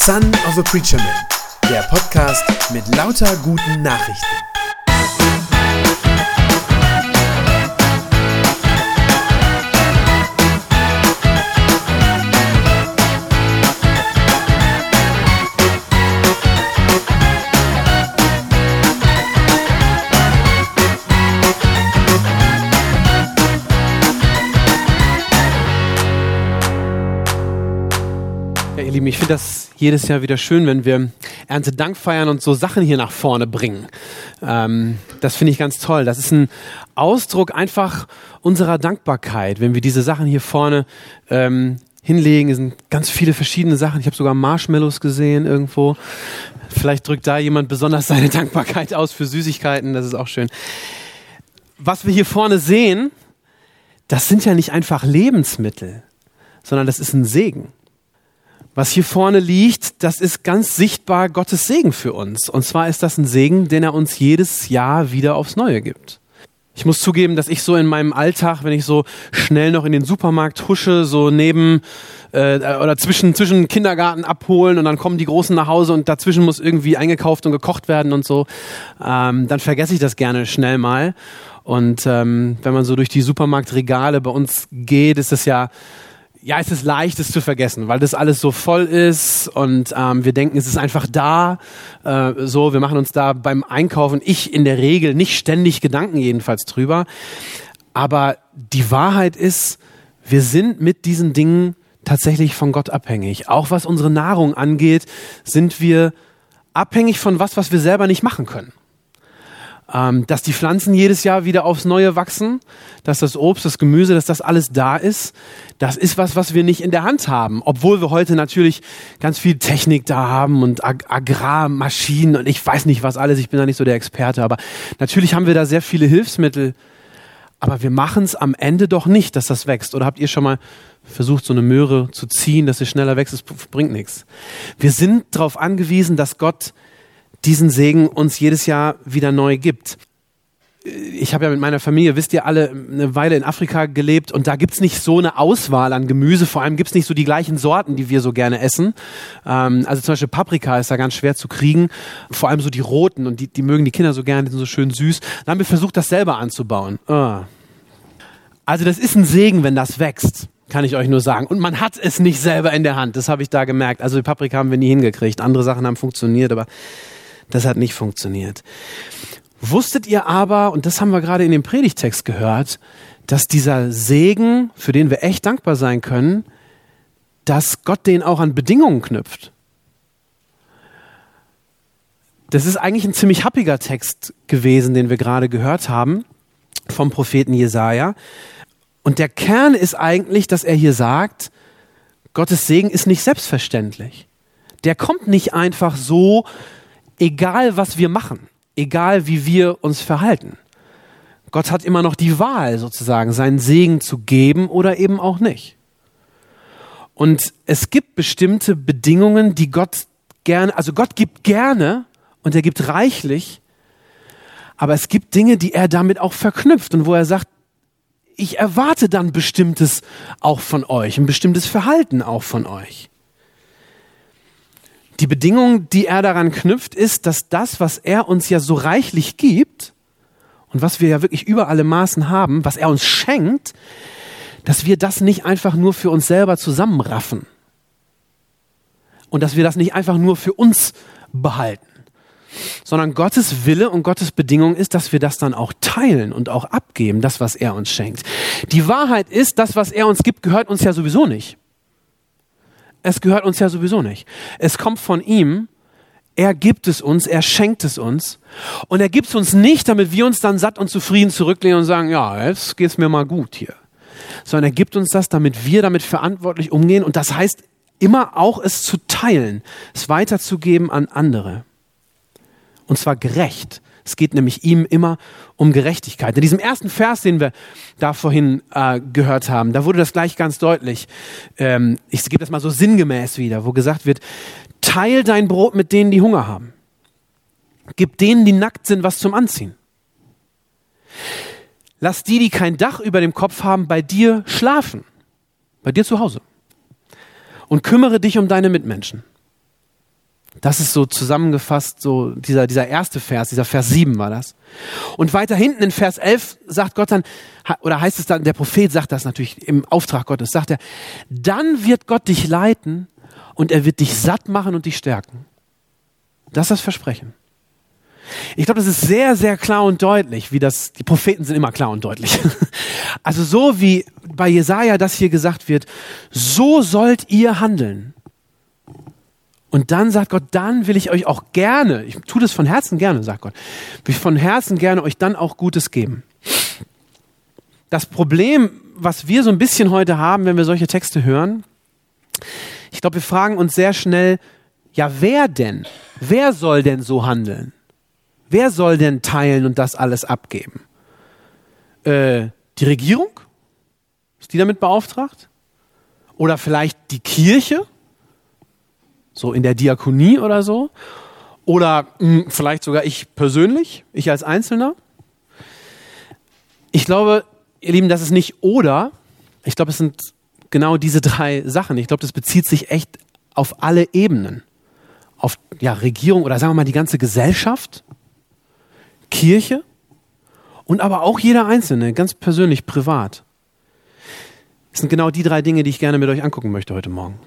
Son of a Preacher Man, der Podcast mit lauter guten Nachrichten. Ihr Lieben, ich finde das jedes Jahr wieder schön, wenn wir Erntedank feiern und so Sachen hier nach vorne bringen. Das finde ich ganz toll. Das ist ein Ausdruck einfach unserer Dankbarkeit, wenn wir diese Sachen hier vorne hinlegen. Es sind ganz viele verschiedene Sachen. Ich habe sogar Marshmallows gesehen irgendwo. Vielleicht drückt da jemand besonders seine Dankbarkeit aus für Süßigkeiten. Das ist auch schön. Was wir hier vorne sehen, das sind ja nicht einfach Lebensmittel, sondern das ist ein Segen. Was hier vorne liegt, das ist ganz sichtbar Gottes Segen für uns. Und zwar ist das ein Segen, den er uns jedes Jahr wieder aufs Neue gibt. Ich muss zugeben, dass ich so in meinem Alltag, wenn ich so schnell noch in den Supermarkt husche, so neben oder zwischen Kindergarten abholen und dann kommen die Großen nach Hause und dazwischen muss irgendwie eingekauft und gekocht werden und so, dann vergesse ich das gerne schnell mal. Und wenn man so durch die Supermarktregale bei uns geht, ist es es ist leicht, es zu vergessen, weil das alles so voll ist und wir denken, es ist einfach da. Wir machen uns da beim Einkaufen, ich in der Regel nicht ständig Gedanken jedenfalls drüber. Aber die Wahrheit ist, wir sind mit diesen Dingen tatsächlich von Gott abhängig. Auch was unsere Nahrung angeht, sind wir abhängig von was wir selber nicht machen können. Dass die Pflanzen jedes Jahr wieder aufs Neue wachsen, dass das Obst, das Gemüse, dass das alles da ist, das ist was wir nicht in der Hand haben. Obwohl wir heute natürlich ganz viel Technik da haben und Agrarmaschinen und ich weiß nicht was alles, ich bin da nicht so der Experte, aber natürlich haben wir da sehr viele Hilfsmittel, aber wir machen es am Ende doch nicht, dass das wächst. Oder habt ihr schon mal versucht, so eine Möhre zu ziehen, dass sie schneller wächst? Das bringt nichts. Wir sind darauf angewiesen, dass Gott diesen Segen uns jedes Jahr wieder neu gibt. Ich habe ja mit meiner Familie, wisst ihr alle, eine Weile in Afrika gelebt und da gibt's nicht so eine Auswahl an Gemüse, vor allem gibt's nicht so die gleichen Sorten, die wir so gerne essen. Also zum Beispiel Paprika ist da ganz schwer zu kriegen, vor allem so die roten und die mögen die Kinder so gerne, die sind so schön süß. Dann haben wir versucht, das selber anzubauen. Also das ist ein Segen, wenn das wächst, kann ich euch nur sagen. Und man hat es nicht selber in der Hand, das habe ich da gemerkt. Also die Paprika haben wir nie hingekriegt, andere Sachen haben funktioniert, aber das hat nicht funktioniert. Wusstet ihr aber, und das haben wir gerade in dem Predigtext gehört, dass dieser Segen, für den wir echt dankbar sein können, dass Gott den auch an Bedingungen knüpft. Das ist eigentlich ein ziemlich happiger Text gewesen, den wir gerade gehört haben vom Propheten Jesaja. Und der Kern ist eigentlich, dass er hier sagt, Gottes Segen ist nicht selbstverständlich. Der kommt nicht einfach so, egal was wir machen, egal wie wir uns verhalten. Gott hat immer noch die Wahl sozusagen, seinen Segen zu geben oder eben auch nicht. Und es gibt bestimmte Bedingungen, die Gott gerne, also Gott gibt gerne und er gibt reichlich, aber es gibt Dinge, die er damit auch verknüpft und wo er sagt, ich erwarte dann Bestimmtes auch von euch, ein bestimmtes Verhalten auch von euch. Die Bedingung, die er daran knüpft, ist, dass das, was er uns ja so reichlich gibt und was wir ja wirklich über alle Maßen haben, was er uns schenkt, dass wir das nicht einfach nur für uns selber zusammenraffen und dass wir das nicht einfach nur für uns behalten, sondern Gottes Wille und Gottes Bedingung ist, dass wir das dann auch teilen und auch abgeben, das, was er uns schenkt. Die Wahrheit ist, das, was er uns gibt, gehört uns ja sowieso nicht. Es gehört uns ja sowieso nicht. Es kommt von ihm, er gibt es uns, er schenkt es uns und er gibt es uns nicht, damit wir uns dann satt und zufrieden zurücklehnen und sagen, ja, jetzt geht's mir mal gut hier. Sondern er gibt uns das, damit wir damit verantwortlich umgehen und das heißt immer auch es zu teilen, es weiterzugeben an andere. Und zwar gerecht. Es geht nämlich ihm immer um Gerechtigkeit. In diesem ersten Vers, den wir da vorhin gehört haben, da wurde das gleich ganz deutlich. Ich gebe das mal so sinngemäß wieder, wo gesagt wird, teil dein Brot mit denen, die Hunger haben. Gib denen, die nackt sind, was zum Anziehen. Lass die kein Dach über dem Kopf haben, bei dir schlafen. Bei dir zu Hause. Und kümmere dich um deine Mitmenschen. Das ist so zusammengefasst, so dieser erste Vers, dieser Vers 7 war das. Und weiter hinten in Vers 11 sagt Gott dann, oder heißt es dann, der Prophet sagt das natürlich im Auftrag Gottes, sagt er, dann wird Gott dich leiten und er wird dich satt machen und dich stärken. Das ist das Versprechen. Ich glaube, das ist sehr, sehr klar und deutlich, die Propheten sind immer klar und deutlich. Also so wie bei Jesaja das hier gesagt wird, so sollt ihr handeln. Und dann sagt Gott, dann will ich euch auch gerne, ich tue das von Herzen gerne, sagt Gott, will ich von Herzen gerne euch dann auch Gutes geben. Das Problem, was wir so ein bisschen heute haben, wenn wir solche Texte hören, ich glaube, wir fragen uns sehr schnell, ja, wer denn? Wer soll denn so handeln? Wer soll denn teilen und das alles abgeben? Die Regierung? Ist die damit beauftragt? Oder vielleicht die Kirche? So in der Diakonie oder so? Oder vielleicht sogar ich persönlich, ich als Einzelner? Ich glaube, ihr Lieben, das ist nicht oder. Ich glaube, es sind genau diese 3 Sachen. Ich glaube, das bezieht sich echt auf alle Ebenen. Auf Regierung oder sagen wir mal die ganze Gesellschaft, Kirche und aber auch jeder Einzelne, ganz persönlich, privat. Das sind genau die 3 Dinge, die ich gerne mit euch angucken möchte heute Morgen.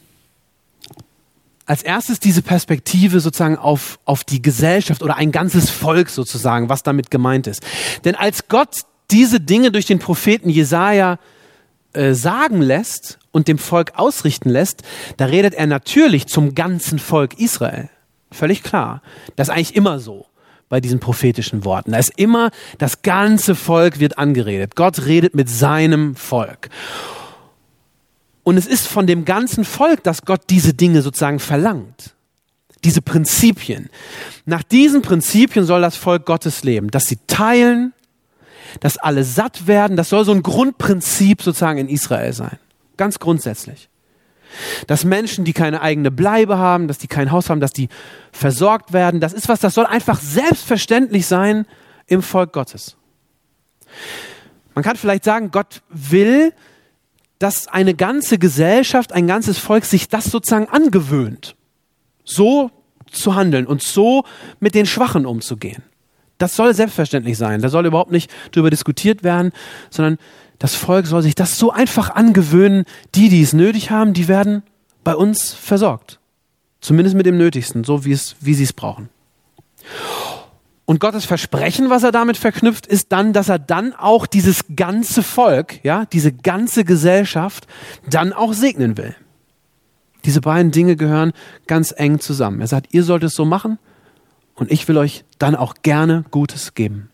Als erstes diese Perspektive sozusagen auf die Gesellschaft oder ein ganzes Volk sozusagen, was damit gemeint ist. Denn als Gott diese Dinge durch den Propheten Jesaja sagen lässt und dem Volk ausrichten lässt, da redet er natürlich zum ganzen Volk Israel. Völlig klar. Das ist eigentlich immer so bei diesen prophetischen Worten. Da ist immer, das ganze Volk wird angeredet. Gott redet mit seinem Volk. Und es ist von dem ganzen Volk, dass Gott diese Dinge sozusagen verlangt. Diese Prinzipien. Nach diesen Prinzipien soll das Volk Gottes leben. Dass sie teilen, dass alle satt werden. Das soll so ein Grundprinzip sozusagen in Israel sein. Ganz grundsätzlich. Dass Menschen, die keine eigene Bleibe haben, dass die kein Haus haben, dass die versorgt werden, das soll einfach selbstverständlich sein im Volk Gottes. Man kann vielleicht sagen, Gott will, dass eine ganze Gesellschaft, ein ganzes Volk sich das sozusagen angewöhnt, so zu handeln und so mit den Schwachen umzugehen. Das soll selbstverständlich sein. Da soll überhaupt nicht drüber diskutiert werden, sondern das Volk soll sich das so einfach angewöhnen, die es nötig haben, die werden bei uns versorgt. Zumindest mit dem Nötigsten, so wie sie es brauchen. Und Gottes Versprechen, was er damit verknüpft, ist dann, dass er dann auch dieses ganze Volk, diese ganze Gesellschaft dann auch segnen will. Diese beiden Dinge gehören ganz eng zusammen. Er sagt, ihr sollt es so machen und ich will euch dann auch gerne Gutes geben.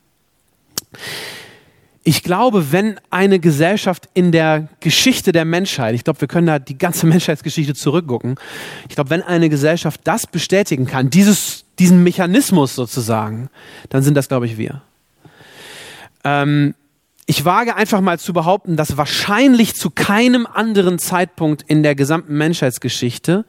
Ich glaube, wenn eine Gesellschaft in der Geschichte der Menschheit, ich glaube, wir können da die ganze Menschheitsgeschichte zurückgucken, ich glaube, wenn eine Gesellschaft das bestätigen kann, diesen Mechanismus sozusagen, dann sind das, glaube ich, wir. Ich wage einfach mal zu behaupten, dass wahrscheinlich zu keinem anderen Zeitpunkt in der gesamten Menschheitsgeschichte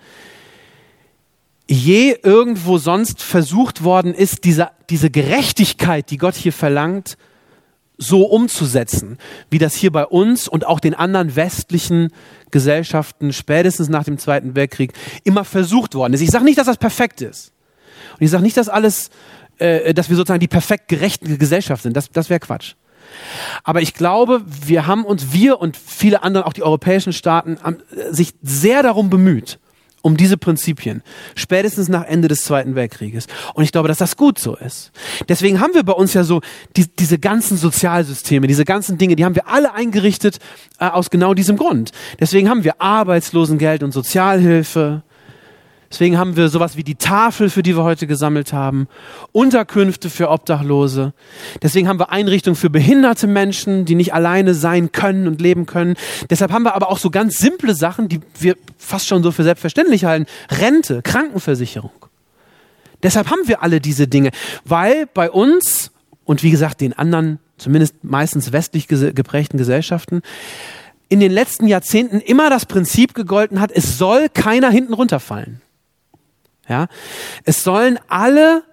je irgendwo sonst versucht worden ist, diese Gerechtigkeit, die Gott hier verlangt, so umzusetzen, wie das hier bei uns und auch den anderen westlichen Gesellschaften spätestens nach dem Zweiten Weltkrieg immer versucht worden ist. Ich sage nicht, dass das perfekt ist. Und ich sage nicht, dass dass wir sozusagen die perfekt gerechte Gesellschaft sind. Das wäre Quatsch. Aber ich glaube, wir und viele andere, auch die europäischen Staaten, haben sich sehr darum bemüht, um diese Prinzipien, spätestens nach Ende des Zweiten Weltkrieges. Und ich glaube, dass das gut so ist. Deswegen haben wir bei uns ja so diese ganzen Sozialsysteme, diese ganzen Dinge, die haben wir alle eingerichtet aus genau diesem Grund. Deswegen haben wir Arbeitslosengeld und Sozialhilfe. Deswegen haben wir sowas wie die Tafel, für die wir heute gesammelt haben, Unterkünfte für Obdachlose. Deswegen haben wir Einrichtungen für behinderte Menschen, die nicht alleine sein können und leben können. Deshalb haben wir aber auch so ganz simple Sachen, die wir fast schon so für selbstverständlich halten. Rente, Krankenversicherung. Deshalb haben wir alle diese Dinge, weil bei uns und wie gesagt den anderen, zumindest meistens westlich geprägten Gesellschaften, in den letzten Jahrzehnten immer das Prinzip gegolten hat, es soll keiner hinten runterfallen. Ja, es sollen alle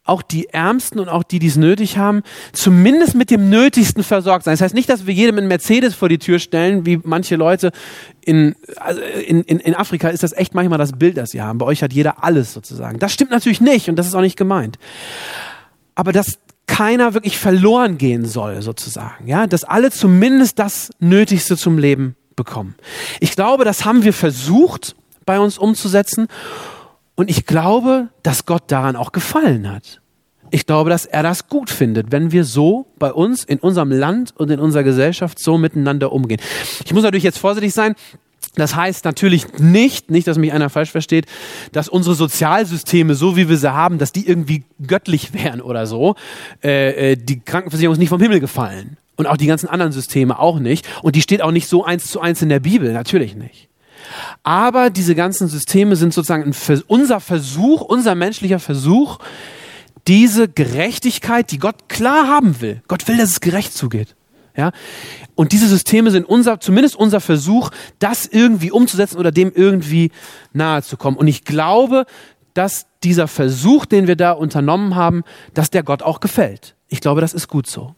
auch die Ärmsten und auch die, die es nötig haben, zumindest mit dem Nötigsten versorgt sein. Das heißt nicht, dass wir jedem einen Mercedes vor die Tür stellen, wie manche Leute in Afrika ist das echt manchmal das Bild, das sie haben. Bei euch hat jeder alles sozusagen. Das stimmt natürlich nicht und das ist auch nicht gemeint. Aber dass keiner wirklich verloren gehen soll sozusagen, ja, dass alle zumindest das Nötigste zum Leben bekommen. Ich glaube, das haben wir versucht, bei uns umzusetzen. Und ich glaube, dass Gott daran auch gefallen hat. Ich glaube, dass er das gut findet, wenn wir so bei uns, in unserem Land und in unserer Gesellschaft so miteinander umgehen. Ich muss natürlich jetzt vorsichtig sein. Das heißt natürlich nicht, dass mich einer falsch versteht, dass unsere Sozialsysteme, so wie wir sie haben, dass die irgendwie göttlich wären oder so. Die Krankenversicherung ist nicht vom Himmel gefallen. Und auch die ganzen anderen Systeme auch nicht. Und die steht auch nicht so 1:1 in der Bibel, natürlich nicht. Aber diese ganzen Systeme sind sozusagen unser Versuch, unser menschlicher Versuch, diese Gerechtigkeit, die Gott klar haben will. Gott will, dass es gerecht zugeht. Ja? Und diese Systeme sind zumindest unser Versuch, das irgendwie umzusetzen oder dem irgendwie nahe zu kommen. Und ich glaube, dass dieser Versuch, den wir da unternommen haben, dass der Gott auch gefällt. Ich glaube, das ist gut so.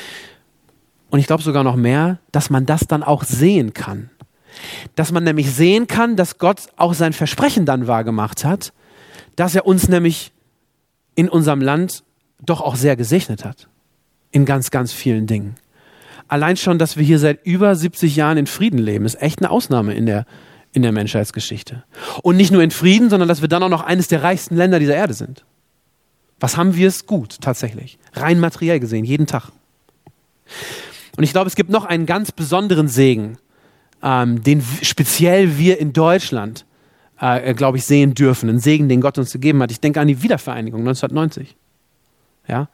Und ich glaube sogar noch mehr, dass man das dann auch sehen kann. Dass man nämlich sehen kann, dass Gott auch sein Versprechen dann wahrgemacht hat, dass er uns nämlich in unserem Land doch auch sehr gesegnet hat. In ganz, ganz vielen Dingen. Allein schon, dass wir hier seit über 70 Jahren in Frieden leben, ist echt eine Ausnahme in der Menschheitsgeschichte. Und nicht nur in Frieden, sondern dass wir dann auch noch eines der reichsten Länder dieser Erde sind. Was haben wir es gut, tatsächlich. Rein materiell gesehen, jeden Tag. Und ich glaube, es gibt noch einen ganz besonderen Segen, den speziell wir in Deutschland, glaube ich, sehen dürfen. Ein Segen, den Gott uns gegeben hat. Ich denke an die Wiedervereinigung 1990. Ja?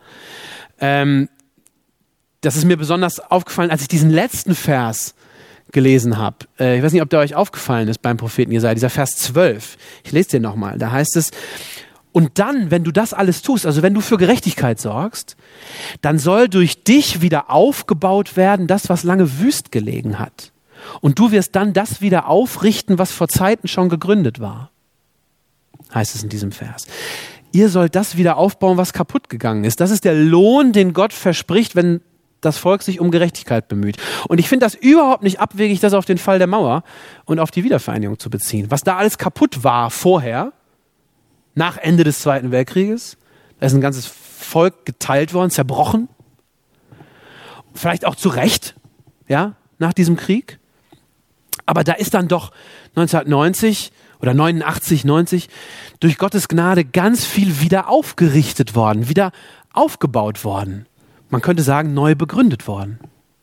Das ist mir besonders aufgefallen, als ich diesen letzten Vers gelesen habe. Ich weiß nicht, ob der euch aufgefallen ist beim Propheten Jesaja, dieser Vers 12. Ich lese den nochmal. Da heißt es, und dann, wenn du das alles tust, also wenn du für Gerechtigkeit sorgst, dann soll durch dich wieder aufgebaut werden, das, was lange wüst gelegen hat. Und du wirst dann das wieder aufrichten, was vor Zeiten schon gegründet war. Heißt es in diesem Vers. Ihr sollt das wieder aufbauen, was kaputt gegangen ist. Das ist der Lohn, den Gott verspricht, wenn das Volk sich um Gerechtigkeit bemüht. Und ich finde das überhaupt nicht abwegig, das auf den Fall der Mauer und auf die Wiedervereinigung zu beziehen. Was da alles kaputt war vorher, nach Ende des Zweiten Weltkrieges, da ist ein ganzes Volk geteilt worden, zerbrochen. Vielleicht auch zu Recht, ja, nach diesem Krieg. Aber da ist dann doch 1990 oder 89, 90 durch Gottes Gnade ganz viel wieder aufgerichtet worden, wieder aufgebaut worden. Man könnte sagen, neu begründet worden.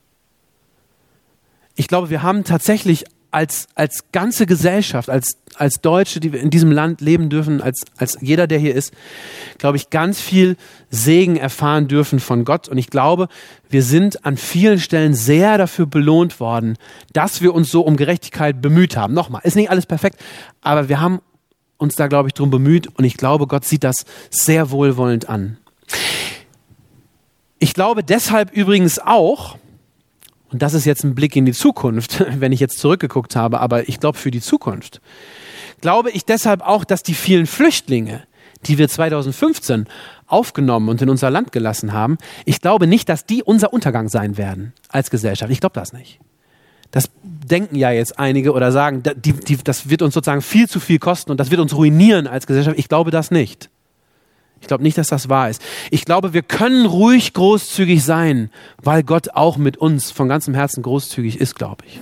Ich glaube, wir haben tatsächlich als ganze Gesellschaft, als Deutsche, die wir in diesem Land leben dürfen, als jeder, der hier ist, glaube ich, ganz viel Segen erfahren dürfen von Gott. Und ich glaube, wir sind an vielen Stellen sehr dafür belohnt worden, dass wir uns so um Gerechtigkeit bemüht haben. Nochmal, ist nicht alles perfekt, aber wir haben uns da, glaube ich, drum bemüht. Und ich glaube, Gott sieht das sehr wohlwollend an. Ich glaube deshalb übrigens auch, und das ist jetzt ein Blick in die Zukunft, wenn ich jetzt zurückgeguckt habe, aber ich glaube für die Zukunft, glaube ich deshalb auch, dass die vielen Flüchtlinge, die wir 2015 aufgenommen und in unser Land gelassen haben, ich glaube nicht, dass die unser Untergang sein werden als Gesellschaft. Ich glaube das nicht. Das denken ja jetzt einige oder sagen, das wird uns sozusagen viel zu viel kosten und das wird uns ruinieren als Gesellschaft. Ich glaube das nicht. Ich glaube nicht, dass das wahr ist. Ich glaube, wir können ruhig großzügig sein, weil Gott auch mit uns von ganzem Herzen großzügig ist, glaube ich.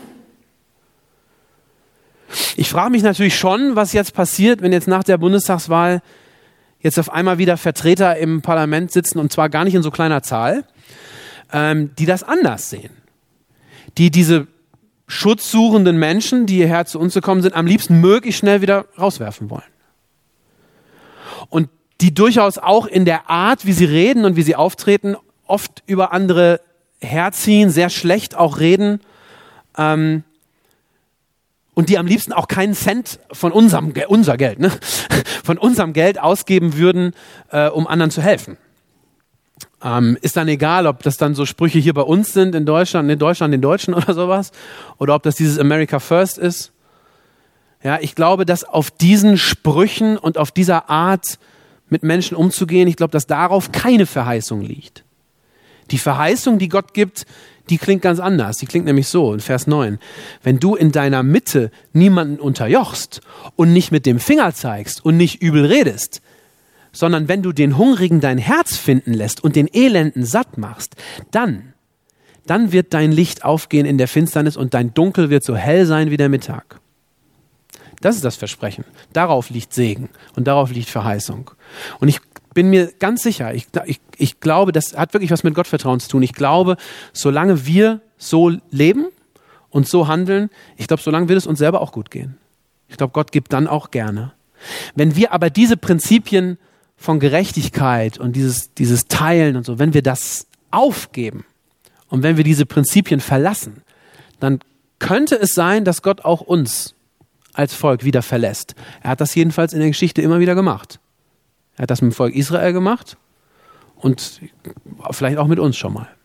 Ich frage mich natürlich schon, was jetzt passiert, wenn jetzt nach der Bundestagswahl jetzt auf einmal wieder Vertreter im Parlament sitzen, und zwar gar nicht in so kleiner Zahl, die das anders sehen. Die diese schutzsuchenden Menschen, die hierher zu uns gekommen sind, am liebsten möglichst schnell wieder rauswerfen wollen. Und die durchaus auch in der Art, wie sie reden und wie sie auftreten, oft über andere herziehen, sehr schlecht auch reden, und die am liebsten auch keinen Cent von unser Geld, ne? Von unserem Geld ausgeben würden, um anderen zu helfen. Ist dann egal, ob das dann so Sprüche hier bei uns sind, in Deutschland den Deutschen oder sowas, oder ob das dieses America First ist. Ja, ich glaube, dass auf diesen Sprüchen und auf dieser Art mit Menschen umzugehen. Ich glaube, dass darauf keine Verheißung liegt. Die Verheißung, die Gott gibt, die klingt ganz anders. Die klingt nämlich so in Vers 9. Wenn du in deiner Mitte niemanden unterjochst und nicht mit dem Finger zeigst und nicht übel redest, sondern wenn du den Hungrigen dein Herz finden lässt und den Elenden satt machst, dann wird dein Licht aufgehen in der Finsternis und dein Dunkel wird so hell sein wie der Mittag. Das ist das Versprechen. Darauf liegt Segen und darauf liegt Verheißung. Und ich bin mir ganz sicher, ich glaube, das hat wirklich was mit Gottvertrauen zu tun. Ich glaube, solange wir so leben und so handeln, ich glaube, solange wird es uns selber auch gut gehen. Ich glaube, Gott gibt dann auch gerne. Wenn wir aber diese Prinzipien von Gerechtigkeit und dieses Teilen und so, wenn wir das aufgeben und wenn wir diese Prinzipien verlassen, dann könnte es sein, dass Gott auch uns als Volk wieder verlässt. Er hat das jedenfalls in der Geschichte immer wieder gemacht. Er hat das mit dem Volk Israel gemacht und vielleicht auch mit uns schon mal.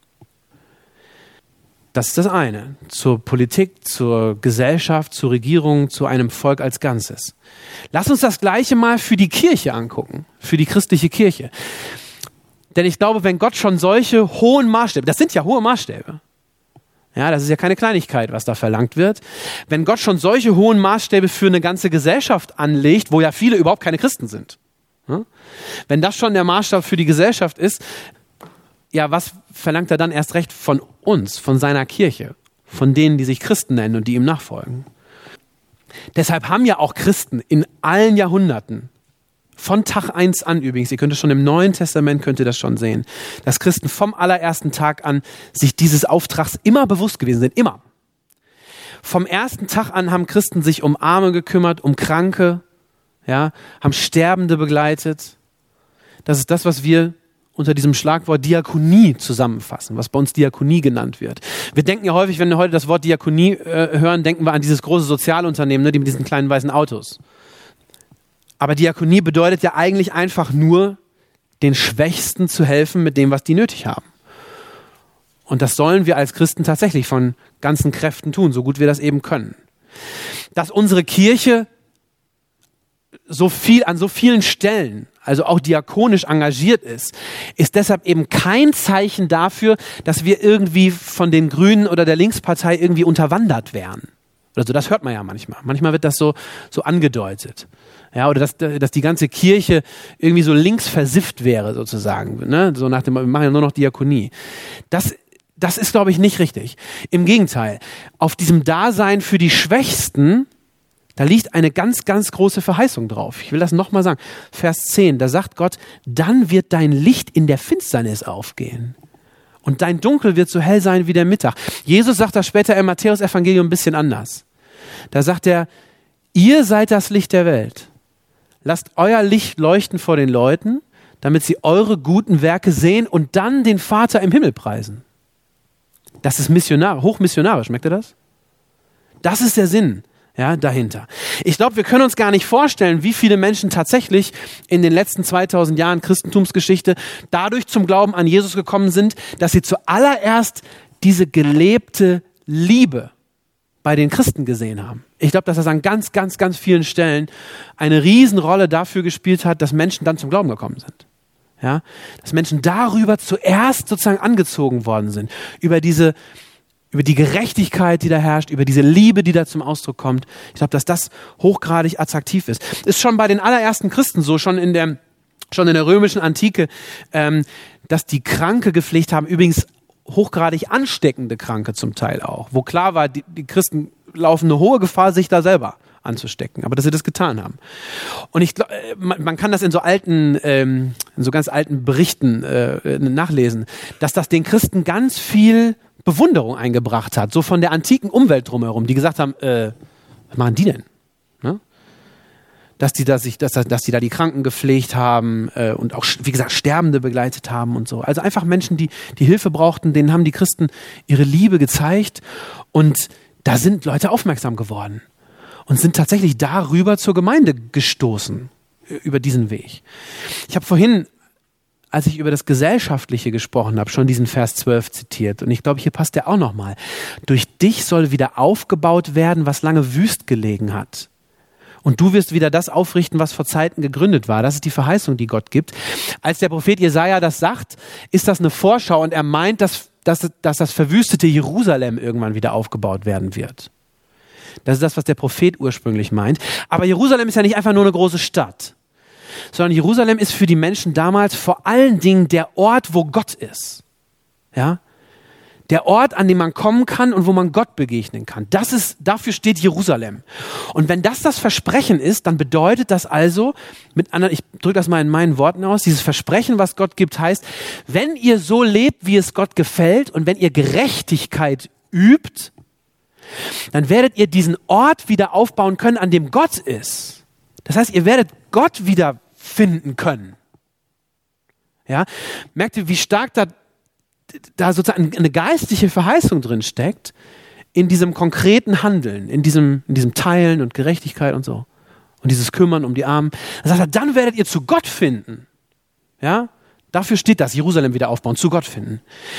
Das ist das eine. Zur Politik, zur Gesellschaft, zur Regierung, zu einem Volk als Ganzes. Lass uns das Gleiche mal für die Kirche angucken, für die christliche Kirche. Denn ich glaube, wenn Gott schon solche hohen Maßstäbe, das sind ja hohe Maßstäbe, ja, das ist ja keine Kleinigkeit, was da verlangt wird. Wenn Gott schon solche hohen Maßstäbe für eine ganze Gesellschaft anlegt, wo ja viele überhaupt keine Christen sind, wenn das schon der Maßstab für die Gesellschaft ist, ja, was verlangt er dann erst recht von uns, von seiner Kirche, von denen, die sich Christen nennen und die ihm nachfolgen? Deshalb haben ja auch Christen in allen Jahrhunderten, von Tag 1 an übrigens, ihr könnt es schon im Neuen Testament, könnt ihr das schon sehen, dass Christen vom allerersten Tag an sich dieses Auftrags immer bewusst gewesen sind, immer. Vom ersten Tag an haben Christen sich um Arme gekümmert, um Kranke, ja, haben Sterbende begleitet. Das ist das, was wir unter diesem Schlagwort Diakonie zusammenfassen, was bei uns Diakonie genannt wird. Wir denken ja häufig, wenn wir heute das Wort Diakonie hören, denken wir an dieses große Sozialunternehmen, ne, die mit diesen kleinen weißen Autos. Aber Diakonie bedeutet ja eigentlich einfach nur, den Schwächsten zu helfen mit dem, was die nötig haben. Und das sollen wir als Christen tatsächlich von ganzen Kräften tun, so gut wir das eben können. Dass unsere Kirche an so vielen Stellen, also auch diakonisch engagiert ist deshalb eben kein Zeichen dafür, dass wir irgendwie von den Grünen oder der Linkspartei irgendwie unterwandert wären. Also das hört man ja manchmal. Manchmal wird das so angedeutet. Ja, oder dass die ganze Kirche irgendwie so links versifft wäre sozusagen. Ne? So nach dem, wir machen ja nur noch Diakonie. Das ist, glaube ich, nicht richtig. Im Gegenteil. Auf diesem Dasein für die Schwächsten, da liegt eine ganz, ganz große Verheißung drauf. Ich will das nochmal sagen. Vers 10, da sagt Gott, dann wird dein Licht in der Finsternis aufgehen. Und dein Dunkel wird so hell sein wie der Mittag. Jesus sagt das später im Matthäus-Evangelium ein bisschen anders. Da sagt er, ihr seid das Licht der Welt. Lasst euer Licht leuchten vor den Leuten, damit sie eure guten Werke sehen und dann den Vater im Himmel preisen. Das ist hochmissionarisch, merkt ihr das? Das ist der Sinn, ja, dahinter. Ich glaube, wir können uns gar nicht vorstellen, wie viele Menschen tatsächlich in den letzten 2000 Jahren Christentumsgeschichte dadurch zum Glauben an Jesus gekommen sind, dass sie zuallererst diese gelebte Liebe bei den Christen gesehen haben. Ich glaube, dass das an ganz, ganz, ganz vielen Stellen eine Riesenrolle dafür gespielt hat, dass Menschen dann zum Glauben gekommen sind. Ja? Dass Menschen darüber zuerst sozusagen angezogen worden sind. Über die Gerechtigkeit, die da herrscht, über diese Liebe, die da zum Ausdruck kommt. Ich glaube, dass das hochgradig attraktiv ist. Ist schon bei den allerersten Christen so, schon in der römischen Antike, dass die Kranke gepflegt haben, übrigens hochgradig ansteckende Kranke zum Teil auch, wo klar war, die Christen laufen eine hohe Gefahr, sich da selber anzustecken, aber dass sie das getan haben. Und ich glaube, man kann das in so ganz alten Berichten nachlesen, dass das den Christen ganz viel Bewunderung eingebracht hat, so von der antiken Umwelt drumherum, die gesagt haben, was machen die denn? Ne? Dass die da die Kranken gepflegt haben und auch, wie gesagt, Sterbende begleitet haben und so. Also einfach Menschen, die Hilfe brauchten, denen haben die Christen ihre Liebe gezeigt und da sind Leute aufmerksam geworden und sind tatsächlich darüber zur Gemeinde gestoßen, über diesen Weg. Ich habe vorhin, als ich über das Gesellschaftliche gesprochen habe, schon diesen Vers 12 zitiert und ich glaube, hier passt der auch nochmal. Durch dich soll wieder aufgebaut werden, was lange wüst gelegen hat. Und du wirst wieder das aufrichten, was vor Zeiten gegründet war. Das ist die Verheißung, die Gott gibt. Als der Prophet Jesaja das sagt, ist das eine Vorschau und er meint, dass das verwüstete Jerusalem irgendwann wieder aufgebaut werden wird. Das ist das, was der Prophet ursprünglich meint. Aber Jerusalem ist ja nicht einfach nur eine große Stadt, sondern Jerusalem ist für die Menschen damals vor allen Dingen der Ort, wo Gott ist. Ja? Der Ort, an dem man kommen kann und wo man Gott begegnen kann. Dafür steht Jerusalem. Und wenn das Versprechen ist, dann bedeutet das also, ich drücke das mal in meinen Worten aus, dieses Versprechen, was Gott gibt, heißt, wenn ihr so lebt, wie es Gott gefällt und wenn ihr Gerechtigkeit übt, dann werdet ihr diesen Ort wieder aufbauen können, an dem Gott ist. Das heißt, ihr werdet Gott wieder finden können. Ja? Merkt ihr, wie stark da sozusagen eine geistliche Verheißung drin steckt, in diesem konkreten Handeln, in diesem Teilen und Gerechtigkeit und so. Und dieses Kümmern um die Armen. Dann werdet ihr zu Gott finden. Ja? Dafür steht das, Jerusalem wieder aufbauen, zu Gott finden.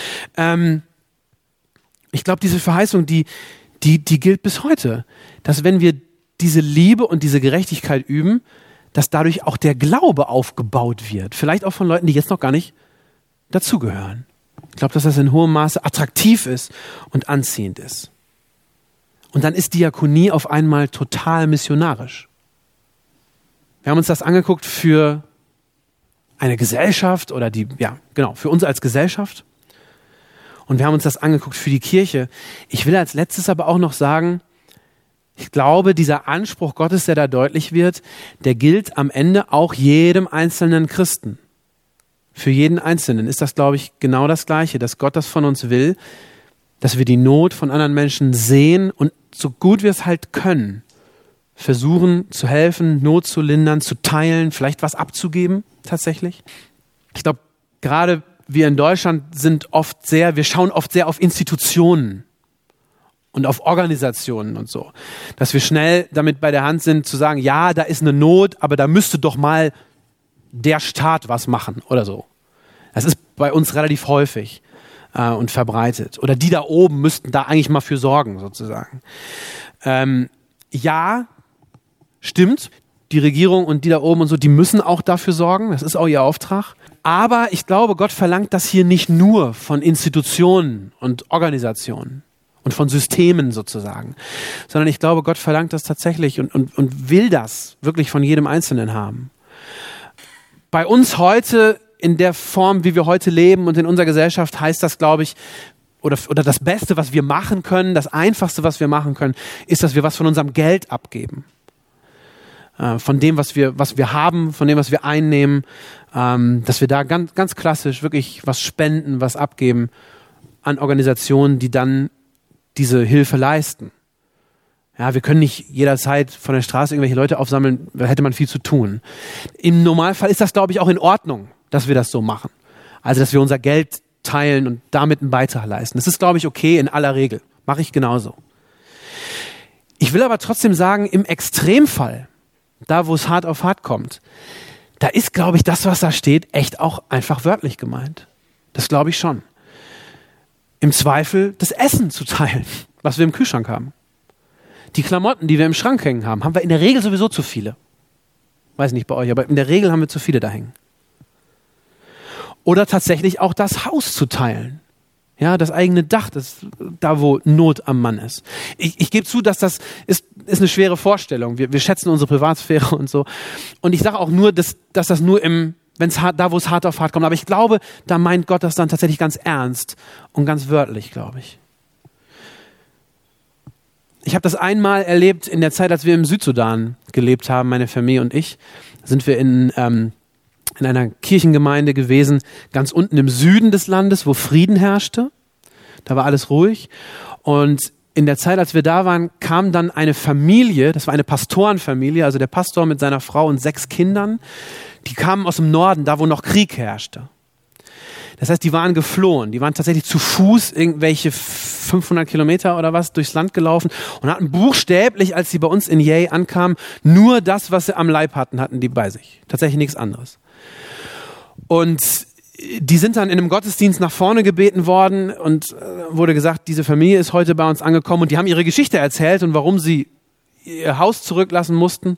Ich glaube, diese Verheißung, die gilt bis heute. Dass wenn wir diese Liebe und diese Gerechtigkeit üben, dass dadurch auch der Glaube aufgebaut wird. Vielleicht auch von Leuten, die jetzt noch gar nicht dazugehören. Ich glaube, dass das in hohem Maße attraktiv ist und anziehend ist. Und dann ist Diakonie auf einmal total missionarisch. Wir haben uns das angeguckt für eine Gesellschaft oder für uns als Gesellschaft. Und wir haben uns das angeguckt für die Kirche. Ich will als letztes aber auch noch sagen, ich glaube, dieser Anspruch Gottes, der da deutlich wird, der gilt am Ende auch jedem einzelnen Christen. Für jeden Einzelnen ist das, glaube ich, genau das Gleiche, dass Gott das von uns will, dass wir die Not von anderen Menschen sehen und so gut wir es halt können, versuchen zu helfen, Not zu lindern, zu teilen, vielleicht was abzugeben tatsächlich. Ich glaube, gerade wir in Deutschland wir schauen oft sehr auf Institutionen und auf Organisationen und so, dass wir schnell damit bei der Hand sind zu sagen, ja, da ist eine Not, aber da müsste doch mal der Staat was machen oder so. Das ist bei uns relativ häufig und verbreitet. Oder die da oben müssten da eigentlich mal für sorgen, sozusagen. Ja, stimmt. Die Regierung und die da oben und so, die müssen auch dafür sorgen. Das ist auch ihr Auftrag. Aber ich glaube, Gott verlangt das hier nicht nur von Institutionen und Organisationen und von Systemen sozusagen, sondern ich glaube, Gott verlangt das tatsächlich und will das wirklich von jedem Einzelnen haben. Bei uns heute, in der Form, wie wir heute leben und in unserer Gesellschaft, heißt das, glaube ich, oder das Beste, was wir machen können, das Einfachste, was wir machen können, ist, dass wir was von unserem Geld abgeben. Von dem, was wir haben, von dem, was wir einnehmen, dass wir da ganz, ganz klassisch wirklich was spenden, was abgeben an Organisationen, die dann diese Hilfe leisten. Ja, wir können nicht jederzeit von der Straße irgendwelche Leute aufsammeln, da hätte man viel zu tun. Im Normalfall ist das, glaube ich, auch in Ordnung, dass wir das so machen. Also, dass wir unser Geld teilen und damit einen Beitrag leisten. Das ist, glaube ich, okay in aller Regel. Mache ich genauso. Ich will aber trotzdem sagen, im Extremfall, da wo es hart auf hart kommt, da ist, glaube ich, das, was da steht, echt auch einfach wörtlich gemeint. Das glaube ich schon. Im Zweifel das Essen zu teilen, was wir im Kühlschrank haben. Die Klamotten, die wir im Schrank hängen haben, haben wir in der Regel sowieso zu viele. Weiß nicht bei euch, aber in der Regel haben wir zu viele da hängen. Oder tatsächlich auch das Haus zu teilen. Ja, das eigene Dach, da wo Not am Mann ist. Ich gebe zu, dass das ist eine schwere Vorstellung. Wir schätzen unsere Privatsphäre und so. Und ich sage auch nur, dass das nur wo es hart auf hart kommt. Aber ich glaube, da meint Gott das dann tatsächlich ganz ernst und ganz wörtlich, glaube ich. Ich habe das einmal erlebt in der Zeit, als wir im Südsudan gelebt haben, meine Familie und ich. Sind wir in einer Kirchengemeinde gewesen, ganz unten im Süden des Landes, wo Frieden herrschte. Da war alles ruhig. Und in der Zeit, als wir da waren, kam dann eine Familie, das war eine Pastorenfamilie, also der Pastor mit seiner Frau und 6 Kindern, die kamen aus dem Norden, da wo noch Krieg herrschte. Das heißt, die waren geflohen, die waren tatsächlich zu Fuß irgendwelche 500 Kilometer oder was durchs Land gelaufen und hatten buchstäblich, als sie bei uns in Yei ankamen, nur das, was sie am Leib hatten die bei sich. Tatsächlich nichts anderes. Und die sind dann in einem Gottesdienst nach vorne gebeten worden und wurde gesagt, diese Familie ist heute bei uns angekommen und die haben ihre Geschichte erzählt und warum sie ihr Haus zurücklassen mussten.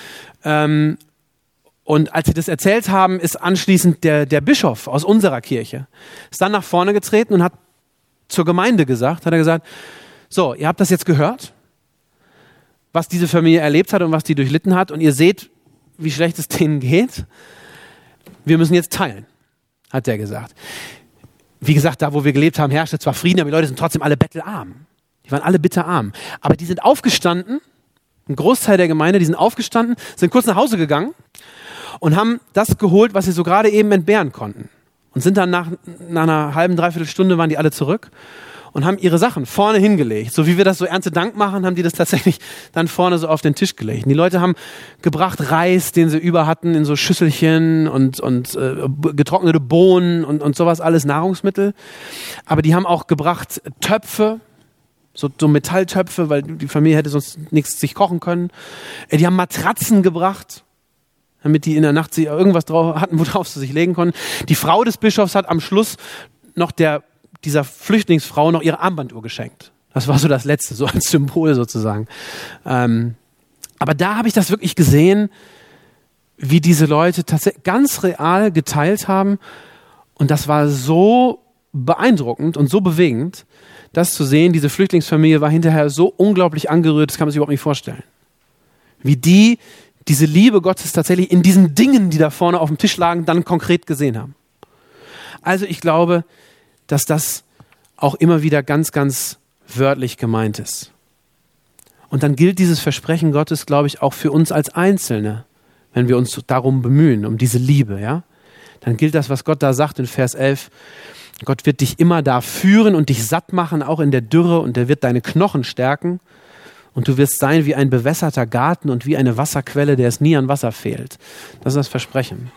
Und als sie das erzählt haben, ist anschließend der Bischof aus unserer Kirche, ist dann nach vorne getreten und hat zur Gemeinde gesagt, so, ihr habt das jetzt gehört, was diese Familie erlebt hat und was die durchlitten hat, und ihr seht, wie schlecht es denen geht. Wir müssen jetzt teilen, hat der gesagt. Wie gesagt, da wo wir gelebt haben, herrschte zwar Frieden, aber die Leute sind trotzdem alle bettelarm. Die waren alle bitterarm. Aber die sind aufgestanden, ein Großteil der Gemeinde, die sind aufgestanden, sind kurz nach Hause gegangen und haben das geholt, was sie so gerade eben entbehren konnten. Und sind dann nach einer halben, dreiviertel Stunde waren die alle zurück und haben ihre Sachen vorne hingelegt. So wie wir das so Erntedank machen, haben die das tatsächlich dann vorne so auf den Tisch gelegt. Und die Leute haben gebracht Reis, den sie über hatten, in so Schüsselchen und getrocknete Bohnen und sowas alles, Nahrungsmittel. Aber die haben auch gebracht Töpfe, so Metalltöpfe, weil die Familie hätte sonst nichts sich kochen können. Die haben Matratzen gebracht, damit die in der Nacht irgendwas drauf hatten, worauf sie sich legen konnten. Die Frau des Bischofs hat am Schluss noch dieser Flüchtlingsfrau noch ihre Armbanduhr geschenkt. Das war so das Letzte, so als Symbol sozusagen. Aber da habe ich das wirklich gesehen, wie diese Leute tatsächlich ganz real geteilt haben. Und das war so beeindruckend und so bewegend, das zu sehen. Diese Flüchtlingsfamilie war hinterher so unglaublich angerührt, das kann man sich überhaupt nicht vorstellen. Wie die diese Liebe Gottes tatsächlich in diesen Dingen, die da vorne auf dem Tisch lagen, dann konkret gesehen haben. Also ich glaube, dass das auch immer wieder ganz, ganz wörtlich gemeint ist. Und dann gilt dieses Versprechen Gottes, glaube ich, auch für uns als Einzelne, wenn wir uns darum bemühen, um diese Liebe, ja? Dann gilt das, was Gott da sagt in Vers 11, Gott wird dich immer da führen und dich satt machen, auch in der Dürre, und er wird deine Knochen stärken. Und du wirst sein wie ein bewässerter Garten und wie eine Wasserquelle, der es nie an Wasser fehlt. Das ist das Versprechen.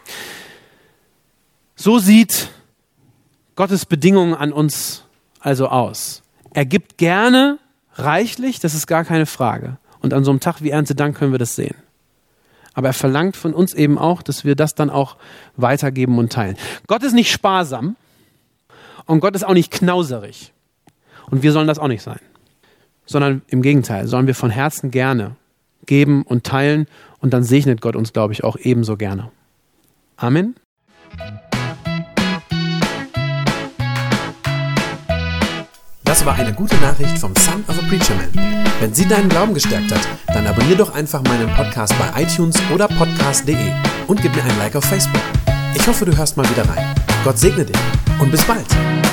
So sieht Gottes Bedingungen an uns also aus. Er gibt gerne reichlich, das ist gar keine Frage. Und an so einem Tag wie Erntedank können wir das sehen. Aber er verlangt von uns eben auch, dass wir das dann auch weitergeben und teilen. Gott ist nicht sparsam und Gott ist auch nicht knauserig. Und wir sollen das auch nicht sein. Sondern im Gegenteil, sollen wir von Herzen gerne geben und teilen, und dann segnet Gott uns, glaube ich, auch ebenso gerne. Amen. Das war eine gute Nachricht vom Son of a Preacher Man. Wenn sie deinen Glauben gestärkt hat, dann abonnier doch einfach meinen Podcast bei iTunes oder podcast.de und gib mir ein Like auf Facebook. Ich hoffe, du hörst mal wieder rein. Gott segne dich und bis bald.